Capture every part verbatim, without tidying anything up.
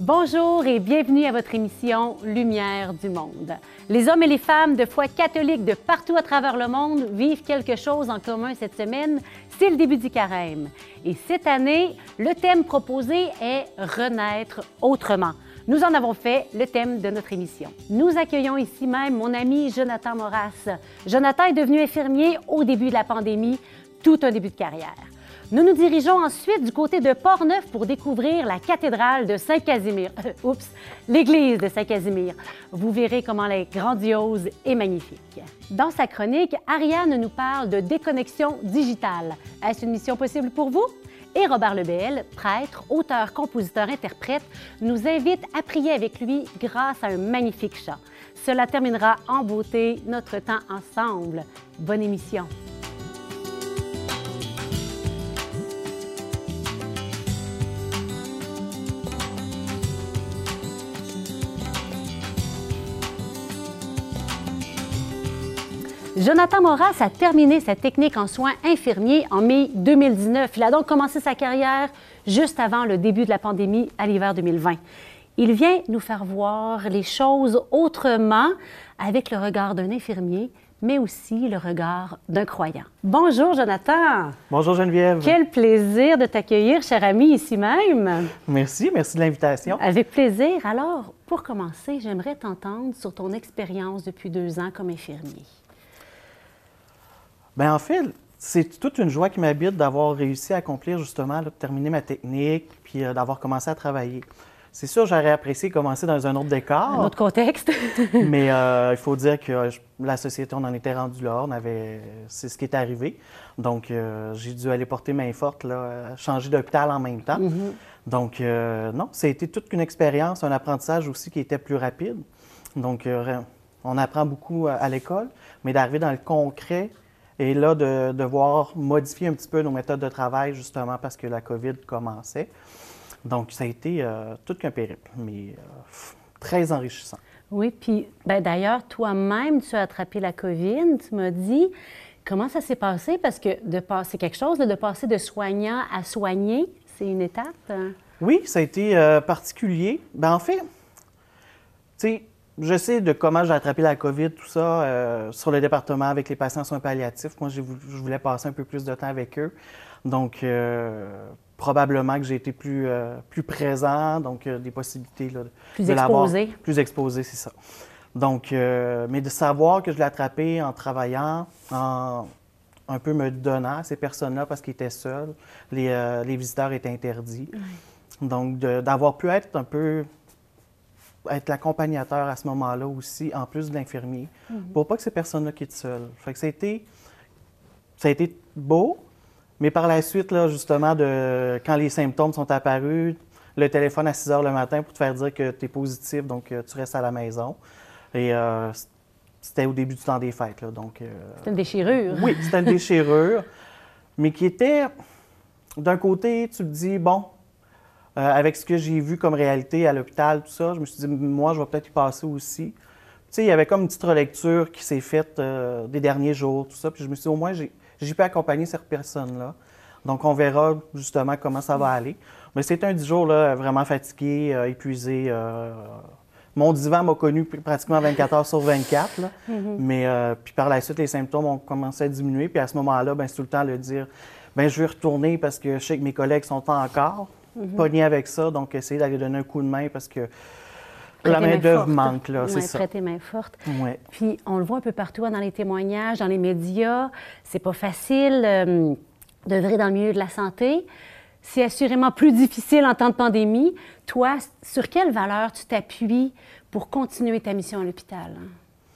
Bonjour et bienvenue à votre émission Lumière du monde. Les hommes et les femmes de foi catholique de partout à travers le monde vivent quelque chose en commun cette semaine, c'est le début du carême. Et cette année, le thème proposé est « Renaître autrement ». Nous en avons fait le thème de notre émission. Nous accueillons ici même mon ami Jonathan Moras. Jonathan est devenu infirmier au début de la pandémie, tout un début de carrière. Nous nous dirigeons ensuite du côté de Port-Neuf pour découvrir la cathédrale de Saint-Casimir. Euh, oups, l'église de Saint-Casimir. Vous verrez comment elle est grandiose et magnifique. Dans sa chronique, Ariane nous parle de déconnexion digitale. Est-ce une mission possible pour vous? Et Robert Lebel, prêtre, auteur, compositeur, interprète, nous invite à prier avec lui grâce à un magnifique chant. Cela terminera en beauté notre temps ensemble. Bonne émission! Jonathan Moras a terminé sa technique en soins infirmiers en mai deux mille dix-neuf. Il a donc commencé sa carrière juste avant le début de la pandémie à l'hiver deux mille vingt. Il vient nous faire voir les choses autrement avec le regard d'un infirmier, mais aussi le regard d'un croyant. Bonjour, Jonathan. Bonjour, Geneviève. Quel plaisir de t'accueillir, cher ami, ici même. Merci, merci de l'invitation. Avec plaisir. Alors, pour commencer, j'aimerais t'entendre sur ton expérience depuis deux ans comme infirmier. Bien, en fait, c'est toute une joie qui m'habite d'avoir réussi à accomplir justement, là, de terminer ma technique, puis euh, d'avoir commencé à travailler. C'est sûr, j'aurais apprécié commencer dans un autre décor. Un autre contexte. Mais euh, il faut dire que euh, la société, on en était rendu là, on avait... c'est ce qui est arrivé. Donc, euh, j'ai dû aller porter main forte, là, changer d'hôpital en même temps. Mm-hmm. Donc, euh, non, ça a été toute une expérience, un apprentissage aussi qui était plus rapide. Donc, euh, on apprend beaucoup à, à l'école, mais d'arriver dans le concret, et là, de devoir modifier un petit peu nos méthodes de travail, justement, parce que la COVID commençait. Donc, ça a été euh, tout qu'un périple, mais euh, très enrichissant. Oui, puis ben, d'ailleurs, toi-même, tu as attrapé la COVID, tu m'as dit. Comment ça s'est passé? Parce que de passer quelque chose, là, de passer de soignant à soigner, c'est une étape? Hein? Oui, ça a été euh, particulier. Bien, en fait, tu sais, je sais de comment j'ai attrapé la COVID, tout ça, euh, sur le département avec les patients en soins palliatifs. Moi, je voulais passer un peu plus de temps avec eux. Donc, euh, probablement que j'ai été plus, euh, plus présent, donc euh, des possibilités là, plus de exposé. l'avoir. Plus exposé, c'est ça. Donc, euh, mais de savoir que je l'ai attrapé en travaillant, en un peu me donnant à ces personnes-là parce qu'ils étaient seuls, les, euh, les visiteurs étaient interdits. Oui. Donc, d'avoir pu être un peu... être l'accompagnateur à ce moment-là aussi, en plus de l'infirmier, mm-hmm. pour pas que ces personnes-là quittent seules. Fait que ça a été, ça a été beau, mais par la suite, là, justement, de, quand les symptômes sont apparus, le téléphone à six heures le matin pour te faire dire que tu es positif, donc euh, tu restes à la maison. Et euh, c'était au début du temps des fêtes. Là, donc, euh, c'était une déchirure. Oui, c'était une déchirure, mais qui était, d'un côté, tu te dis, bon, Euh, avec ce que j'ai vu comme réalité à l'hôpital, tout ça, je me suis dit, moi, je vais peut-être y passer aussi. Tu sais, il y avait comme une petite relecture qui s'est faite euh, des derniers jours, tout ça. Puis je me suis dit, au moins, j'ai pu accompagner cette personne-là. Donc, on verra justement comment ça va aller. Mais c'était un dix jours là, vraiment fatigué, euh, épuisé. Euh, mon divan m'a connu pratiquement vingt-quatre heures sur vingt-quatre. Là. Mm-hmm. Mais euh, puis par la suite, les symptômes ont commencé à diminuer. Puis à ce moment-là, ben, c'est tout le temps le dire, ben je vais retourner parce que je sais que mes collègues sont pas encore. Mm-hmm. Pogné avec ça, donc essayer d'aller donner un coup de main parce que prêter la main-d'œuvre manque, là, c'est ouais, ça. Prêter main forte. Ouais. Puis on le voit un peu partout hein, dans les témoignages, dans les médias. C'est pas facile euh, d'œuvrer dans le milieu de la santé. C'est assurément plus difficile en temps de pandémie. Toi, sur quelle valeur tu t'appuies pour continuer ta mission à l'hôpital? Hein?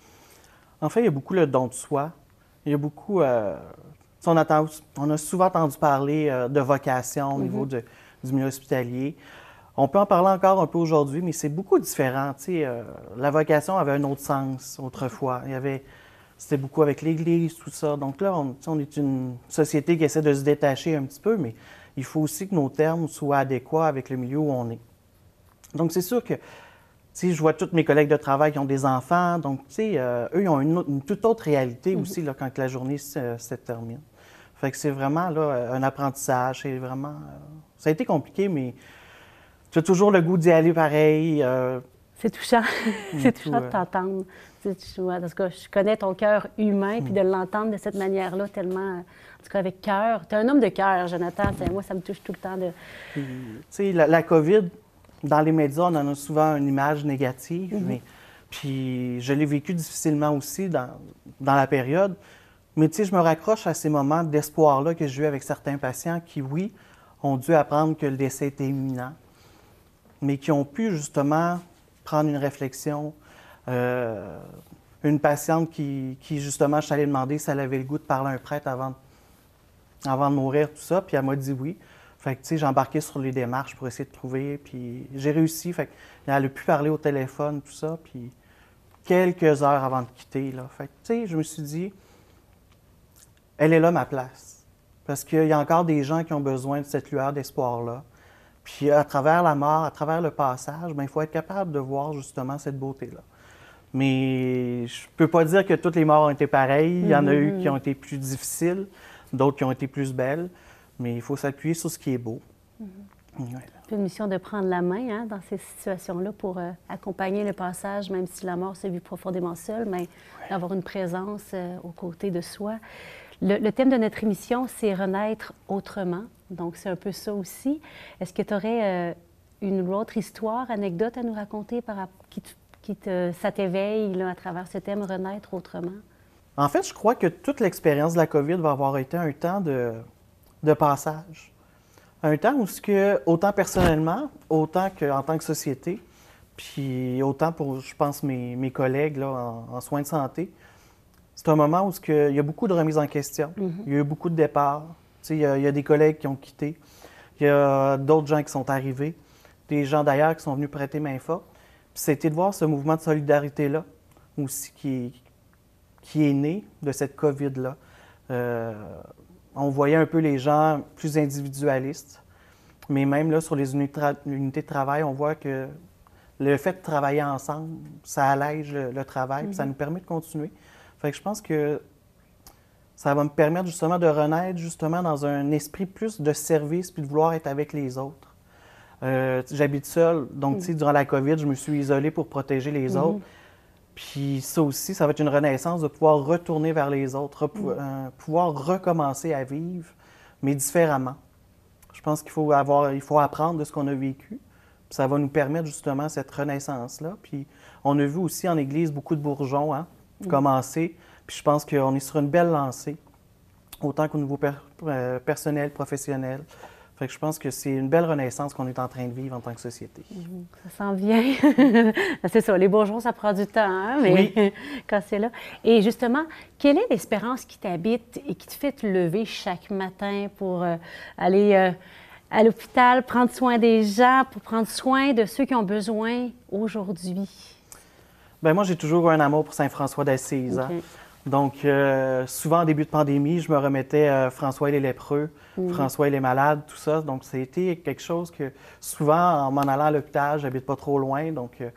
En fait, il y a beaucoup le don de soi. Il y a beaucoup... Euh, on, attend, on a souvent entendu parler euh, de vocation au mm-hmm. niveau de... du milieu hospitalier. On peut en parler encore un peu aujourd'hui, mais c'est beaucoup différent. Tu sais, euh, la vocation avait un autre sens autrefois. Il y avait, c'était beaucoup avec l'Église, tout ça. Donc là, on, on est une société qui essaie de se détacher un petit peu, mais il faut aussi que nos termes soient adéquats avec le milieu où on est. Donc c'est sûr que, tu sais, je vois tous mes collègues de travail qui ont des enfants, donc tu sais, euh, eux, ils ont une, une toute autre réalité mm-hmm. aussi là, quand la journée se, se termine. Fait que c'est vraiment là, un apprentissage, c'est vraiment... Euh, ça a été compliqué, mais tu as toujours le goût d'y aller pareil. Euh, C'est touchant. C'est touchant tout, de t'entendre. C'est touchant. Parce que je connais ton cœur humain, puis de l'entendre de cette manière-là, tellement, en tout cas avec cœur. Tu es un homme de cœur, Jonathan. Moi, ça me touche tout le temps. De... Puis, tu sais, la, la COVID, dans les médias, on en a souvent une image négative, mm-hmm. mais puis je l'ai vécu difficilement aussi dans, dans la période. Mais tu sais, je me raccroche à ces moments d'espoir-là que j'ai eu avec certains patients qui, oui, ont dû apprendre que le décès était imminent, mais qui ont pu justement prendre une réflexion. Euh, une patiente qui, qui, justement, je suis allée demander si elle avait le goût de parler à un prêtre avant, avant de mourir, tout ça, puis elle m'a dit oui. Fait que, tu sais, j'ai embarqué sur les démarches pour essayer de trouver, puis j'ai réussi. Fait qu'elle a pu parler au téléphone, tout ça, puis quelques heures avant de quitter, là. Fait que, tu sais, je me suis dit, elle est là, ma place. Parce qu'il y a encore des gens qui ont besoin de cette lueur d'espoir-là. Puis à travers la mort, à travers le passage, bien, il faut être capable de voir justement cette beauté-là. Mais je peux pas dire que toutes les morts ont été pareilles. Il y en a eu qui ont été plus difficiles, d'autres qui ont été plus belles. Mais il faut s'appuyer sur ce qui est beau. Mm-hmm. Ouais. C'est une mission de prendre la main hein, dans ces situations-là pour euh, accompagner le passage, même si la mort se vit profondément seule, mais ouais. d'avoir une présence euh, aux côtés de soi. Le, le thème de notre émission, c'est renaître autrement. Donc, c'est un peu ça aussi. Est-ce que tu aurais euh, une autre histoire, anecdote à nous raconter par, qui, te, qui te, ça t'éveille là, à travers ce thème, renaître autrement? En fait, je crois que toute l'expérience de la COVID va avoir été un temps de, de passage. Un temps où, ce que, autant personnellement, autant qu'en tant que société, puis autant pour, je pense, mes, mes collègues là, en, en soins de santé, c'est un moment où ce que, il y a beaucoup de remises en question. Mm-hmm. Il y a eu beaucoup de départs. Il y, a, il y a des collègues qui ont quitté. Il y a d'autres gens qui sont arrivés. Des gens d'ailleurs qui sont venus prêter main forte. Puis c'était de voir ce mouvement de solidarité-là aussi qui, qui est né de cette COVID-là. Euh, on voyait un peu les gens plus individualistes. Mais même là, sur les unités de travail, on voit que le fait de travailler ensemble, ça allège le, le travail, mm-hmm. puis ça nous permet de continuer. Fait que je pense que ça va me permettre justement de renaître justement dans un esprit plus de service puis de vouloir être avec les autres. Euh, j'habite seule, donc tu sais, durant la COVID, je me suis isolée pour protéger les mm-hmm. autres. Puis ça aussi, ça va être une renaissance de pouvoir retourner vers les autres, mm-hmm. euh, pouvoir recommencer à vivre, mais différemment. Je pense qu'il faut avoir, il faut apprendre de ce qu'on a vécu. Puis ça va nous permettre justement cette renaissance-là. Puis on a vu aussi en Église beaucoup de bourgeons hein, mm-hmm. commencer. Puis je pense qu'on est sur une belle lancée, autant qu'au niveau per euh, personnel, professionnel. Fait que je pense que c'est une belle renaissance qu'on est en train de vivre en tant que société. Mmh, ça s'en vient. C'est ça, les bourgeons, ça prend du temps, hein, mais oui. quand c'est là. Et justement, quelle est l'espérance qui t'habite et qui te fait te lever chaque matin pour euh, aller euh, à l'hôpital, prendre soin des gens, pour prendre soin de ceux qui ont besoin aujourd'hui? Bien, moi, j'ai toujours eu un amour pour Saint-François d'Assise. Okay. Hein? Donc, euh, souvent, en début de pandémie, je me remettais euh, François et les lépreux, mmh. François et les malades, tout ça. Donc, ça a été quelque chose que, souvent, en m'en allant à l'hôpital, j'habite pas trop loin. Donc, euh,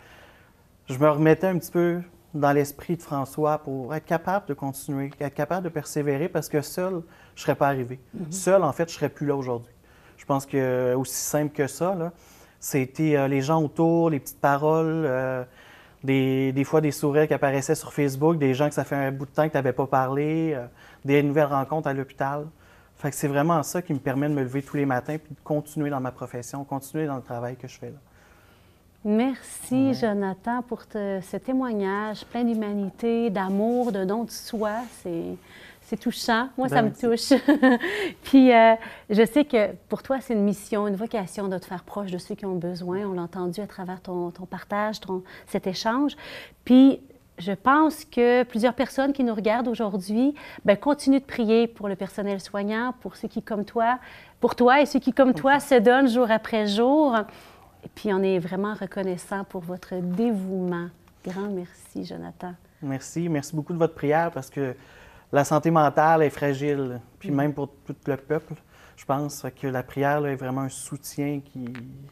je me remettais un petit peu dans l'esprit de François pour être capable de continuer, être capable de persévérer, parce que seul, je ne serais pas arrivé. Mmh. Seul, en fait, je ne serais plus là aujourd'hui. Je pense que aussi simple que ça, là, c'était euh, les gens autour, les petites paroles, euh, Des, des fois, des sourires qui apparaissaient sur Facebook, des gens que ça fait un bout de temps que tu n'avais pas parlé, euh, des nouvelles rencontres à l'hôpital. Fait que c'est vraiment ça qui me permet de me lever tous les matins puis de continuer dans ma profession, continuer dans le travail que je fais là. Merci, ouais. Jonathan, pour te, ce témoignage plein d'humanité, d'amour, de don de soi. C'est... C'est touchant. Moi, ben, ça me touche. Puis, euh, je sais que pour toi, c'est une mission, une vocation de te faire proche de ceux qui ont besoin. On l'a entendu à travers ton, ton partage, ton, cet échange. Puis, je pense que plusieurs personnes qui nous regardent aujourd'hui, bien, continuent de prier pour le personnel soignant, pour ceux qui, comme toi, pour toi et ceux qui, comme toi, se donnent jour après jour. Et puis, on est vraiment reconnaissant pour votre dévouement. Grand merci, Jonathan. Merci. Merci beaucoup de votre prière parce que la santé mentale est fragile, puis même pour tout le peuple, je pense que la prière là, est vraiment un soutien qui,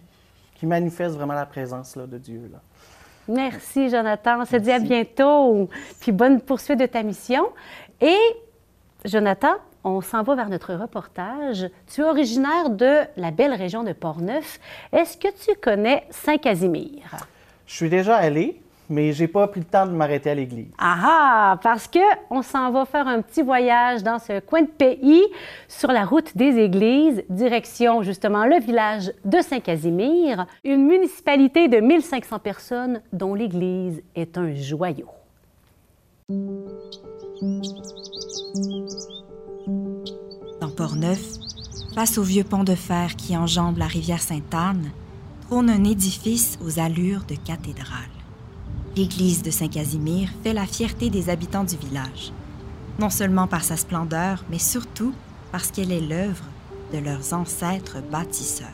qui manifeste vraiment la présence là, de Dieu. Là. Merci, Jonathan. On se dit à bientôt, puis bonne poursuite de ta mission. Et, Jonathan, on s'en va vers notre reportage. Tu es originaire de la belle région de Portneuf. Est-ce que tu connais Saint-Casimir? Je suis déjà allé, mais j'ai pas pris le temps de m'arrêter à l'église. Ah ah! Parce qu'on s'en va faire un petit voyage dans ce coin de pays sur la route des églises, direction justement le village de Saint-Casimir, une municipalité de mille cinq cents personnes dont l'église est un joyau. Dans Portneuf, face au vieux pont de fer qui enjambe la rivière Sainte-Anne, trône un édifice aux allures de cathédrale. L'église de Saint-Casimir fait la fierté des habitants du village, non seulement par sa splendeur, mais surtout parce qu'elle est l'œuvre de leurs ancêtres bâtisseurs.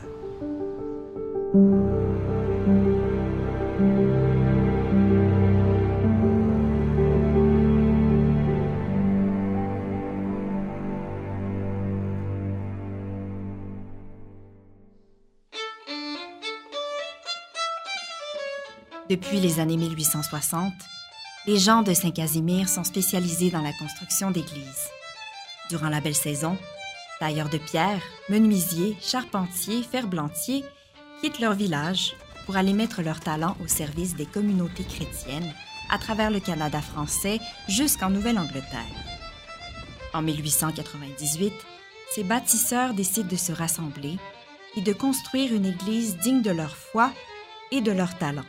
Depuis les années mille huit cent soixante, les gens de Saint-Casimir sont spécialisés dans la construction d'églises. Durant la belle saison, tailleurs de pierre, menuisiers, charpentiers, ferblantiers quittent leur village pour aller mettre leur talent au service des communautés chrétiennes à travers le Canada français jusqu'en Nouvelle-Angleterre. En mille huit cent quatre-vingt-dix-huit, ces bâtisseurs décident de se rassembler et de construire une église digne de leur foi et de leur talent.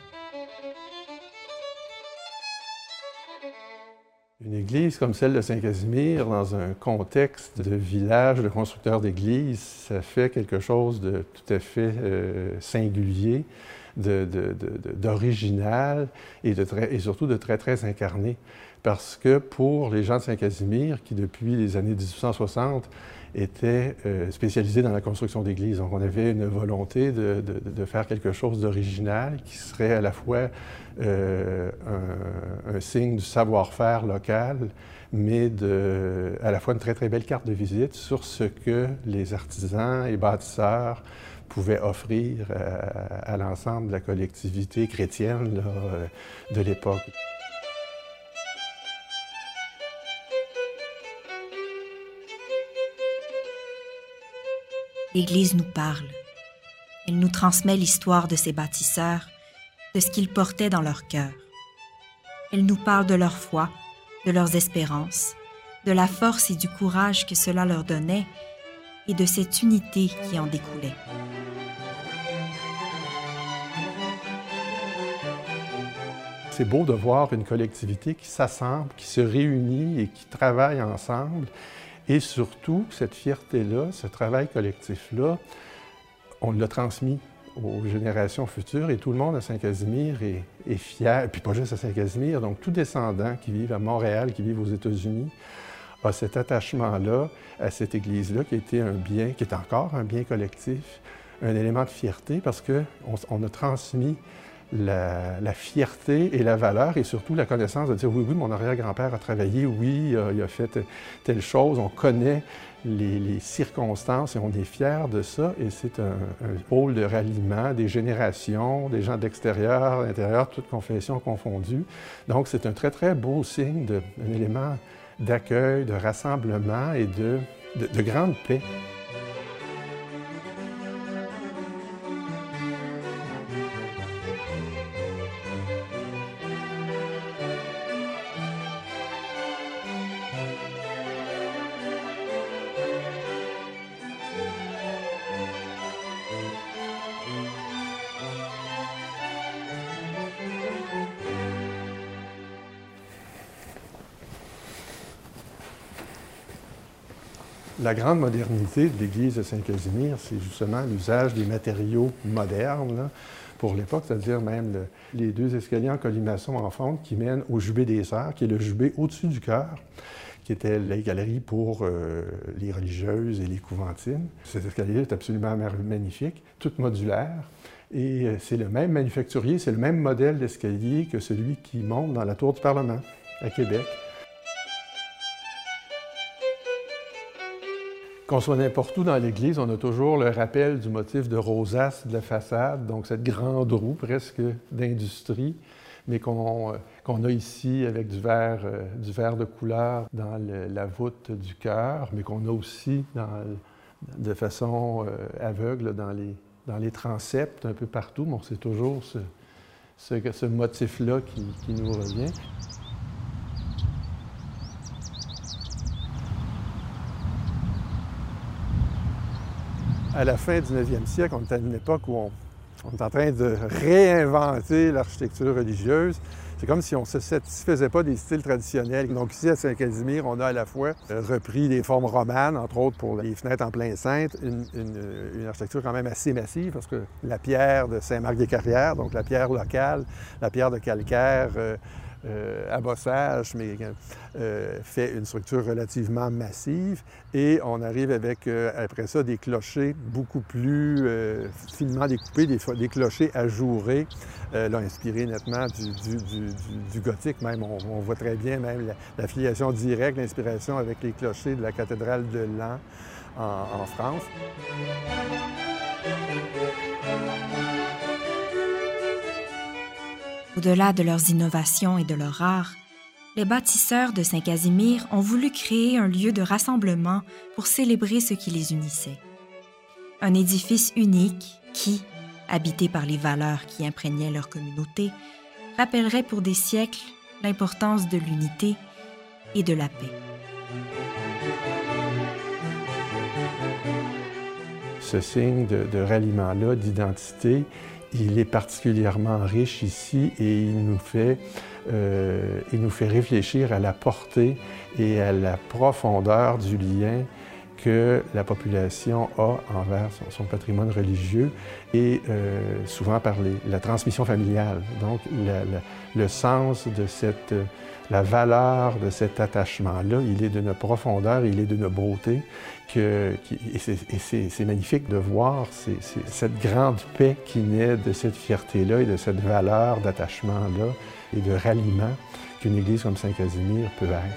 Une église comme celle de Saint-Casimir, dans un contexte de village de constructeurs d'églises, ça fait quelque chose de tout à fait euh, singulier, de, de, de, d'original et, de très, et surtout de très, très incarné. Parce que pour les gens de Saint-Casimir, qui depuis les années dix-huit cent soixante étaient euh, spécialisés dans la construction d'églises, donc on avait une volonté de, de, de faire quelque chose d'original qui serait à la fois euh, un, un signe du savoir-faire local, mais de, à la fois une très, très belle carte de visite sur ce que les artisans et bâtisseurs pouvaient offrir à, à l'ensemble de la collectivité chrétienne là, de l'époque. L'Église nous parle. Elle nous transmet l'histoire de ses bâtisseurs, de ce qu'ils portaient dans leur cœur. Elle nous parle de leur foi, de leurs espérances, de la force et du courage que cela leur donnait et de cette unité qui en découlait. C'est beau de voir une collectivité qui s'assemble, qui se réunit et qui travaille ensemble. Et surtout, cette fierté-là, ce travail collectif-là, on l'a transmis aux générations futures et tout le monde à Saint-Casimir est, est fier, puis pas juste à Saint-Casimir, donc tout descendant qui vit à Montréal, qui vit aux États-Unis, a cet attachement-là à cette Église-là qui a été un bien, qui est encore un bien collectif, un élément de fierté parce qu'on on a transmis La, la fierté et la valeur et surtout la connaissance de dire oui, oui, mon arrière-grand-père a travaillé, oui, euh, il a fait telle chose, on connaît les, les circonstances et on est fiers de ça et c'est un, un pôle de ralliement des générations, des gens d'extérieur, d'intérieur, toutes confessions confondues. Donc c'est un très, très beau signe, de, un élément d'accueil, de rassemblement et de, de, de grande paix. La grande modernité de l'église de Saint-Casimir, c'est justement l'usage des matériaux modernes là, pour l'époque, c'est-à-dire même le, les deux escaliers en colimaçon en fonte qui mènent au jubé des sœurs, qui est le jubé au-dessus du chœur, qui était la galerie pour euh, les religieuses et les couventines. Cet escalier est absolument magnifique, tout modulaire. Et euh, c'est le même manufacturier, c'est le même modèle d'escalier que celui qui monte dans la tour du Parlement à Québec. Qu'on soit n'importe où dans l'église, on a toujours le rappel du motif de rosace de la façade, donc cette grande roue presque d'industrie, mais qu'on qu'on a ici avec du verre, euh, du verre de couleur dans le, la voûte du chœur, mais qu'on a aussi dans, de façon euh, aveugle dans les, dans les transepts un peu partout. Bon, c'est toujours ce, ce, ce motif-là qui, qui nous revient. À la fin du neuvième siècle, on est à une époque où on, on est en train de réinventer l'architecture religieuse. C'est comme si on ne se satisfaisait pas des styles traditionnels. Donc ici, à Saint-Casimir, on a à la fois repris des formes romanes, entre autres pour les fenêtres en plein cintre, une, une, une architecture quand même assez massive, parce que la pierre de Saint-Marc-des-Carrières, donc la pierre locale, la pierre de calcaire, euh, Euh, à bossage, mais euh, fait une structure relativement massive. Et on arrive avec, euh, après ça, des clochers beaucoup plus euh, finement découpés, des, des clochers ajourés, euh, là, inspirés nettement du, du, du, du, du gothique même. On, on voit très bien même la, la filiation directe, l'inspiration avec les clochers de la cathédrale de Laon en, en France. Au-delà de leurs innovations et de leur art, les bâtisseurs de Saint-Casimir ont voulu créer un lieu de rassemblement pour célébrer ce qui les unissait. Un édifice unique qui, habité par les valeurs qui imprégnaient leur communauté, rappellerait pour des siècles l'importance de l'unité et de la paix. Ce signe de, de ralliement-là, d'identité, il est particulièrement riche ici et il nous fait, euh, il nous fait réfléchir à la portée et à la profondeur du lien que la population a envers son, son patrimoine religieux et euh, souvent par les, la transmission familiale. Donc, la, la, le sens de cette, la valeur de cet attachement-là, il est d'une profondeur, il est d'une beauté. Que, qui, et c'est magnifique de voir c'est, c'est, cette grande paix qui naît de cette fierté-là et de cette valeur d'attachement-là et de ralliement qu'une église comme Saint-Casimir peut être.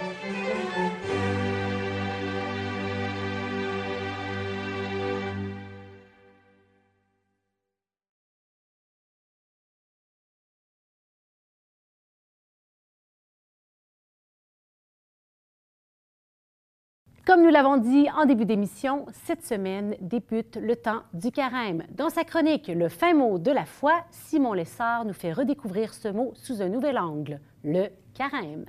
Comme nous l'avons dit en début d'émission, cette semaine débute le temps du carême. Dans sa chronique « Le fin mot de la foi », Simon Lessard nous fait redécouvrir ce mot sous un nouvel angle, le carême.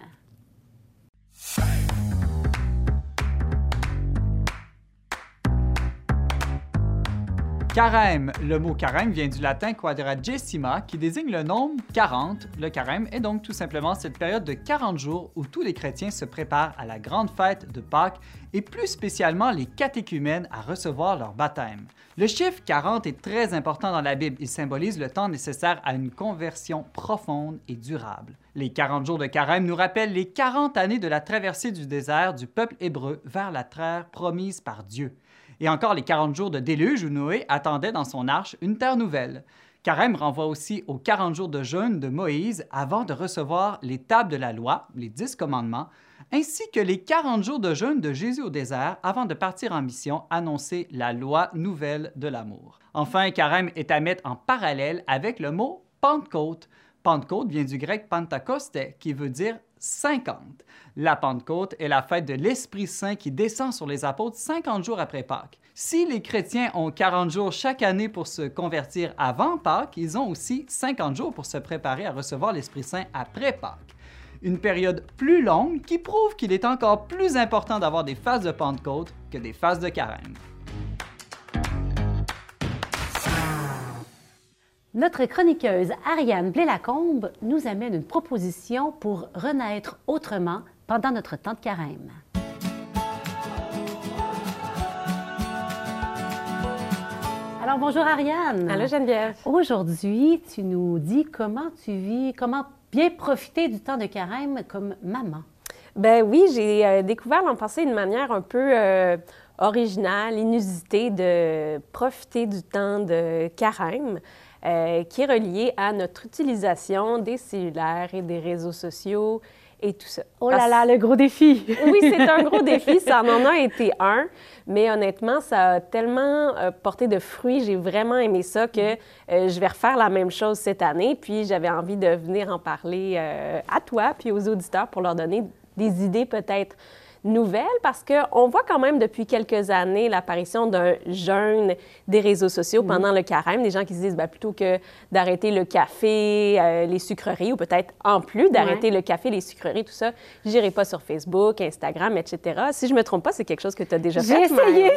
Carême. Le mot carême vient du latin quadragesima qui désigne le nombre quarante. Le carême est donc tout simplement cette période de quarante jours où tous les chrétiens se préparent à la grande fête de Pâques et plus spécialement les catéchumènes à recevoir leur baptême. Le chiffre quarante est très important dans la Bible. Il symbolise le temps nécessaire à une conversion profonde et durable. Les quarante jours de carême nous rappellent les quarante années de la traversée du désert du peuple hébreu vers la terre promise par Dieu. Et encore les quarante jours de déluge où Noé attendait dans son arche une terre nouvelle. Carême renvoie aussi aux quarante jours de jeûne de Moïse avant de recevoir les tables de la loi, les dix commandements, ainsi que les quarante jours de jeûne de Jésus au désert avant de partir en mission annoncer la loi nouvelle de l'amour. Enfin, Carême est à mettre en parallèle avec le mot Pentecôte. Pentecôte vient du grec Pentakoste qui veut dire cinquante. La Pentecôte est la fête de l'Esprit Saint qui descend sur les apôtres cinquante jours après Pâques. Si les chrétiens ont quarante jours chaque année pour se convertir avant Pâques, ils ont aussi cinquante jours pour se préparer à recevoir l'Esprit Saint après Pâques. Une période plus longue qui prouve qu'il est encore plus important d'avoir des phases de Pentecôte que des phases de Carême. Notre chroniqueuse Ariane Blais-Lacombe nous amène une proposition pour renaître autrement pendant notre temps de carême. Alors, bonjour Ariane. Allô Geneviève. Aujourd'hui, tu nous dis comment tu vis, comment bien profiter du temps de carême comme maman. Ben oui, j'ai euh, découvert l'an passé une manière un peu euh, originale, inusitée de profiter du temps de carême. Euh, qui est relié à notre utilisation des cellulaires et des réseaux sociaux et tout ça. Oh là là, le gros défi! Oui, c'est un gros défi. Ça en a été un, mais honnêtement, ça a tellement euh, porté de fruits. J'ai vraiment aimé ça que euh, je vais refaire la même chose cette année. Puis j'avais envie de venir en parler euh, à toi puis aux auditeurs pour leur donner des idées peut-être nouvelles, parce qu'on voit quand même depuis quelques années l'apparition d'un jeûne des réseaux sociaux mmh. pendant le carême. Des gens qui se disent, bien, plutôt que d'arrêter le café, euh, les sucreries, ou peut-être en plus d'arrêter ouais. le café, les sucreries, tout ça, j'irai pas sur Facebook, Instagram, et cetera. Si je me trompe pas, c'est quelque chose que tu as déjà fait. J'ai essayé!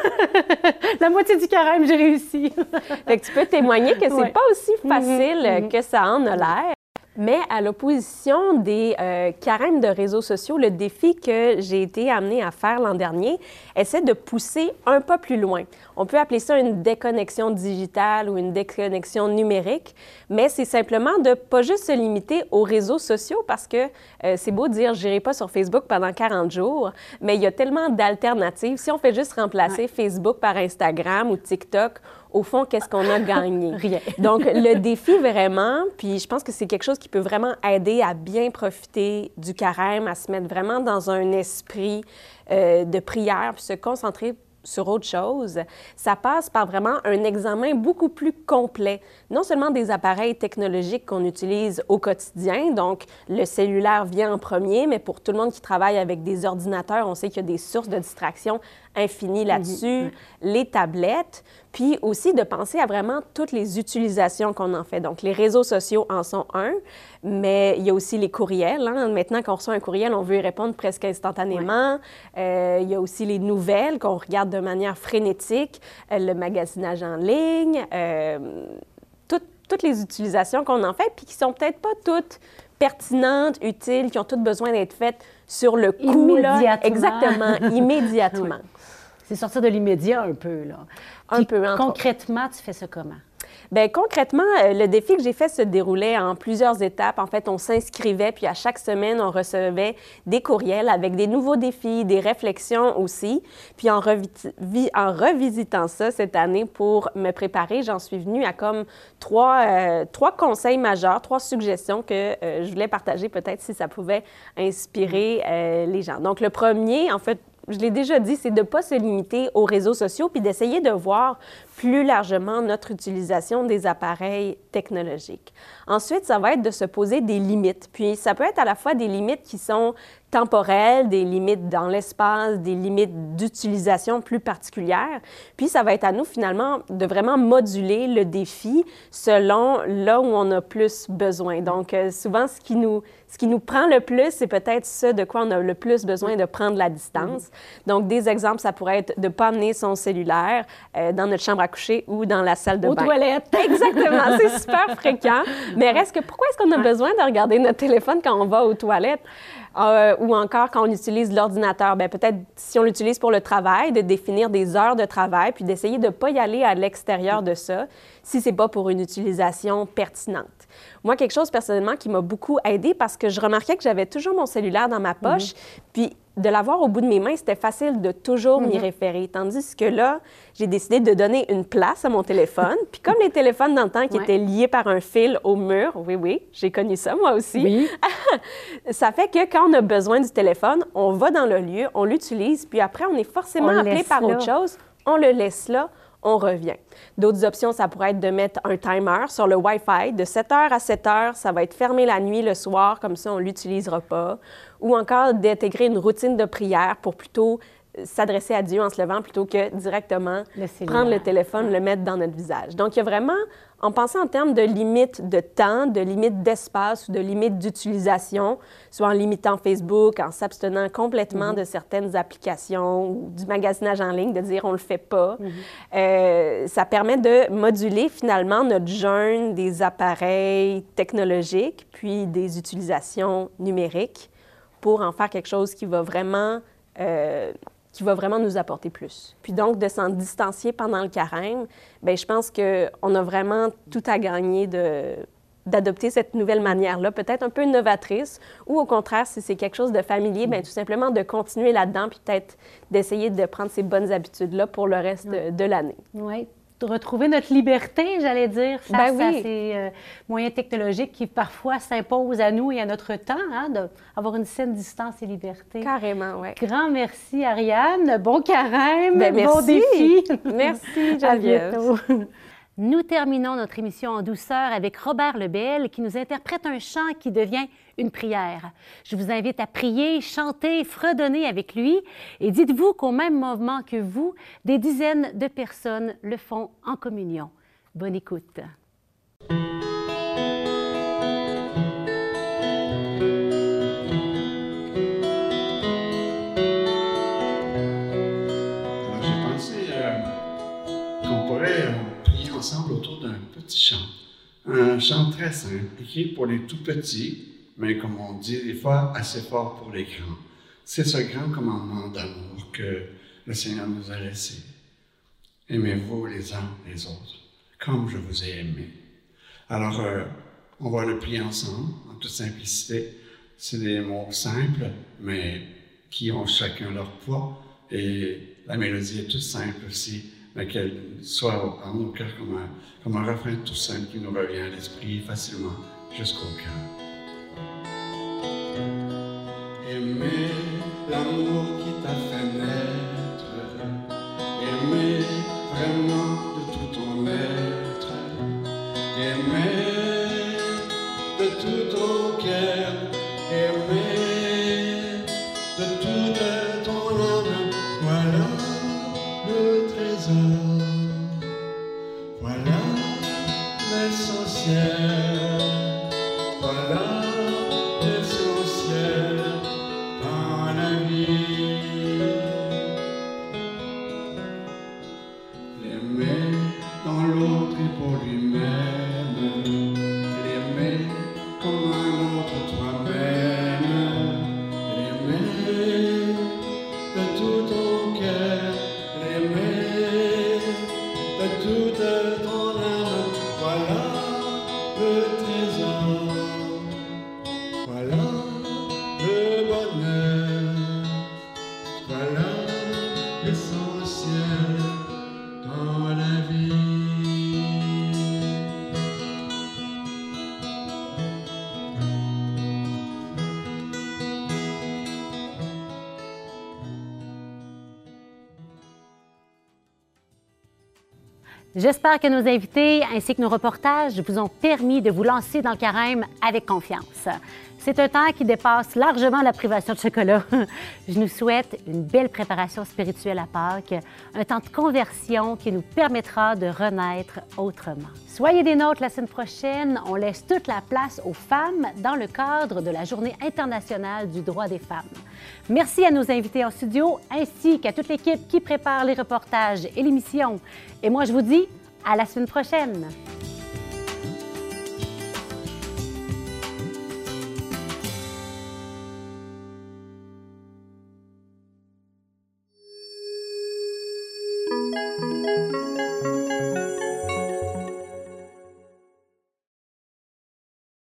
La moitié du carême, j'ai réussi. Fait que tu peux témoigner que c'est ouais. pas aussi facile mmh. que ça en a l'air. Mais à l'opposition des euh, carèmes de réseaux sociaux, le défi que j'ai été amenée à faire l'an dernier essaie de pousser un pas plus loin. On peut appeler ça une déconnexion digitale ou une déconnexion numérique, mais c'est simplement de pas juste se limiter aux réseaux sociaux, parce que euh, c'est beau de dire « j'irai pas sur Facebook pendant quarante jours », mais il y a tellement d'alternatives. Si on fait juste remplacer ouais. Facebook par Instagram ou TikTok, au fond, qu'est-ce qu'on a gagné? Rien. Donc, le défi vraiment, puis je pense que c'est quelque chose qui peut vraiment aider à bien profiter du carême, à se mettre vraiment dans un esprit euh, de prière, puis se concentrer sur autre chose, ça passe par vraiment un examen beaucoup plus complet, non seulement des appareils technologiques qu'on utilise au quotidien, donc le cellulaire vient en premier, mais pour tout le monde qui travaille avec des ordinateurs, on sait qu'il y a des sources de distraction infinies là-dessus, mmh. les tablettes, puis aussi de penser à vraiment toutes les utilisations qu'on en fait. Donc, les réseaux sociaux en sont un, mais il y a aussi les courriels. Hein. Maintenant, quand on reçoit un courriel, on veut y répondre presque instantanément. Ouais. Euh, il y a aussi les nouvelles qu'on regarde de manière frénétique, euh, le magasinage en ligne, euh, tout, toutes les utilisations qu'on en fait, puis qui sont peut-être pas toutes pertinentes, utiles, qui ont toutes besoin d'être faites sur le coup. Immédiatement. Là. Exactement, immédiatement. Oui. C'est sortir de l'immédiat un peu, là. Un peu, concrètement, autres. Tu fais ça comment? Bien, concrètement, le défi que j'ai fait se déroulait en plusieurs étapes. En fait, on s'inscrivait, puis à chaque semaine, on recevait des courriels avec des nouveaux défis, des réflexions aussi. Puis en, revi en revisitant ça cette année pour me préparer, j'en suis venue à comme trois, euh, trois conseils majeurs, trois suggestions que euh, je voulais partager peut-être si ça pouvait inspirer euh, les gens. Donc, le premier, en fait, je l'ai déjà dit, c'est de ne pas se limiter aux réseaux sociaux puis d'essayer de voir plus largement notre utilisation des appareils technologiques. Ensuite, ça va être de se poser des limites. Puis ça peut être à la fois des limites qui sont temporelles, des limites dans l'espace, des limites d'utilisation plus particulières. Puis ça va être à nous, finalement, de vraiment moduler le défi selon là où on a plus besoin. Donc, euh, souvent, ce qui nous, ce qui nous prend le plus, c'est peut-être ce de quoi on a le plus besoin de prendre la distance. Mm-hmm. Donc, des exemples, ça pourrait être de ne pas amener son cellulaire euh, dans notre chambre à coucher ou dans la salle de Aux bain. Aux toilettes. Exactement, c'est super fréquent. Mais reste que pourquoi est-ce qu'on a besoin de regarder notre téléphone quand on va aux toilettes? Euh, ou encore quand on utilise l'ordinateur, bien peut-être si on l'utilise pour le travail, de définir des heures de travail, puis d'essayer de ne pas y aller à l'extérieur de ça si ce n'est pas pour une utilisation pertinente. Moi, quelque chose personnellement qui m'a beaucoup aidée parce que je remarquais que j'avais toujours mon cellulaire dans ma poche, mm-hmm. puis de l'avoir au bout de mes mains, c'était facile de toujours mm-hmm. m'y référer. Tandis que là, j'ai décidé de donner une place à mon téléphone. Puis comme les téléphones dans le temps qui ouais. étaient liés par un fil au mur, oui, oui, j'ai connu ça moi aussi, oui. ça fait que quand on a besoin du téléphone, on va dans le lieu, on l'utilise, puis après, on est forcément on appelé par là. Autre chose, on le laisse là, on revient. D'autres options, ça pourrait être de mettre un timer sur le Wi-Fi. De sept heures à sept heures, ça va être fermé la nuit, le soir, comme ça, on ne l'utilisera pas. Ou encore d'intégrer une routine de prière pour plutôt s'adresser à Dieu en se levant plutôt que directement le prendre le téléphone, ouais. le mettre dans notre visage. Donc, il y a vraiment, en pensant en termes de limites de temps, de limites d'espace ou de limites d'utilisation, soit en limitant Facebook, en s'abstenant complètement mm-hmm. de certaines applications ou du magasinage en ligne, de dire on le fait pas, mm-hmm. euh, ça permet de moduler finalement notre jeûne des appareils technologiques puis des utilisations numériques pour en faire quelque chose qui va vraiment... Euh, qui va vraiment nous apporter plus. Puis donc, de s'en distancier pendant le carême, bien, je pense qu'on a vraiment tout à gagner de, d'adopter cette nouvelle manière-là, peut-être un peu novatrice, ou au contraire, si c'est quelque chose de familier, bien, tout simplement de continuer là-dedans, puis peut-être d'essayer de prendre ces bonnes habitudes-là pour le reste oui. de, de l'année. Oui. retrouver notre liberté, j'allais dire, face ben oui. à ces euh, moyens technologiques qui parfois s'imposent à nous et à notre temps, hein, d'avoir une saine distance et liberté. Carrément, oui. Grand merci, Ariane. Bon carême, ben, bon défi. Merci, Geneviève. À bientôt. Nous terminons notre émission en douceur avec Robert Lebel qui nous interprète un chant qui devient une prière. Je vous invite à prier, chanter, fredonner avec lui et dites-vous qu'au même moment que vous, des dizaines de personnes le font en communion. Bonne écoute. Alors j'ai pensé euh, qu'on pourrait euh, prier ensemble autour d'un petit chant. Un chant très simple, écrit pour les tout petits, mais comme on dit des fois, assez fort pour les grands. C'est ce grand commandement d'amour que le Seigneur nous a laissé. Aimez-vous les uns les autres, comme je vous ai aimé. Alors, euh, on va le prier ensemble, en toute simplicité. C'est des mots simples, mais qui ont chacun leur poids. Et la mélodie est toute simple aussi, mais qu'elle soit en nos cœurs comme un, comme un refrain tout simple qui nous revient à l'esprit facilement jusqu'au cœur. Aimer l'amour qui t'a fait naître, aimer vraiment de tout ton être, aimer de tout ton cœur, aimer de toute ton âme, voilà le trésor, voilà l'essentiel, voilà l'essentiel dans la vie. L'aimer dans l'autre et pour lui-même, l'aimer comme un autre toi-même, l'aimer de tout ton cœur, l'aimer de toute ton âme, voilà le trésor, voilà le bonheur, voilà l'essentiel dans la vie. J'espère que nos invités ainsi que nos reportages vous ont permis de vous lancer dans le carême avec confiance. C'est un temps qui dépasse largement la privation de chocolat. Je nous souhaite une belle préparation spirituelle à Pâques, un temps de conversion qui nous permettra de renaître autrement. Soyez des nôtres la semaine prochaine. On laisse toute la place aux femmes dans le cadre de la Journée internationale du droit des femmes. Merci à nos invités en studio ainsi qu'à toute l'équipe qui prépare les reportages et l'émission. Et moi, je vous dis à la semaine prochaine.